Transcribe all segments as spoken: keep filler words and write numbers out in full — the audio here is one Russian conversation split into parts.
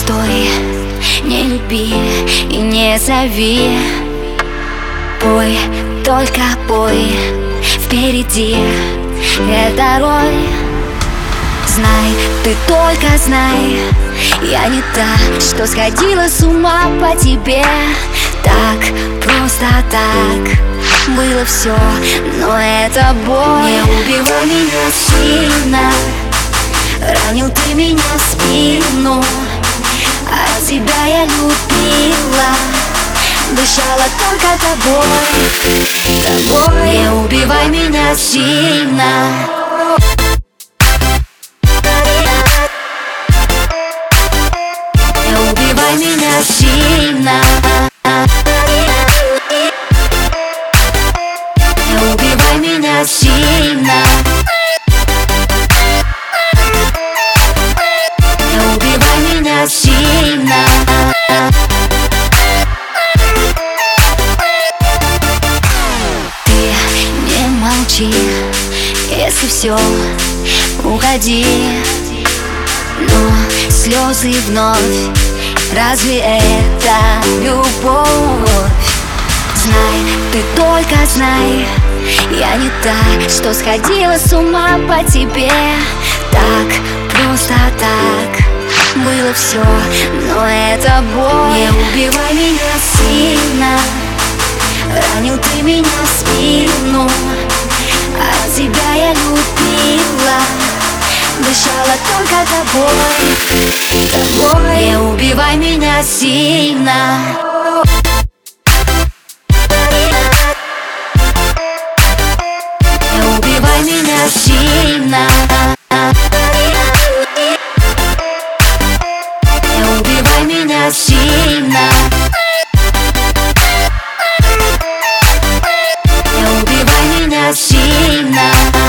стой, не люби и не зови. Пой, только пой, впереди это рой. Знай, ты только знай, я не та, что сходила с ума по тебе. Так, просто так было все, но это боль. Не убивай меня сильно, ранил ты меня в спину, а тебя я любила, дышала только тобой, тобой. Не убивай меня сильно, не убивай меня сильно, не убивай меня сильно, не убивай меня сильно. Ты не молчи, если все, уходи. Но слезы вновь, разве это любовь? Знай, ты только знай, я не та, что сходила с ума по тебе. Так, просто так было все, но это боль. Не убивай меня сильно, ранил ты меня в спину, а тебя я любила, дышала только тобой, тобой. Не убивай меня сильно, не убивай меня сильно, не убивай меня сильно, не убивай меня сильно.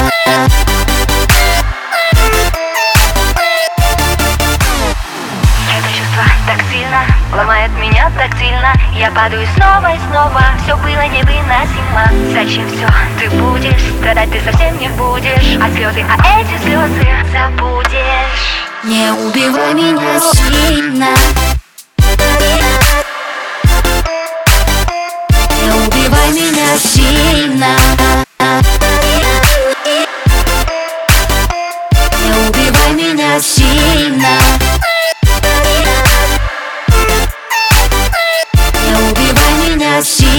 Это чувство так сильно ломает меня так сильно. Я падаю снова и снова, все было невыносимо. Зачем все ты будешь? Страдать ты совсем не будешь, а слезы, а эти слезы забудешь. Не убивай меня сильно, не убивай меня сильно, не убивай меня сильно, не убивай меня сильно.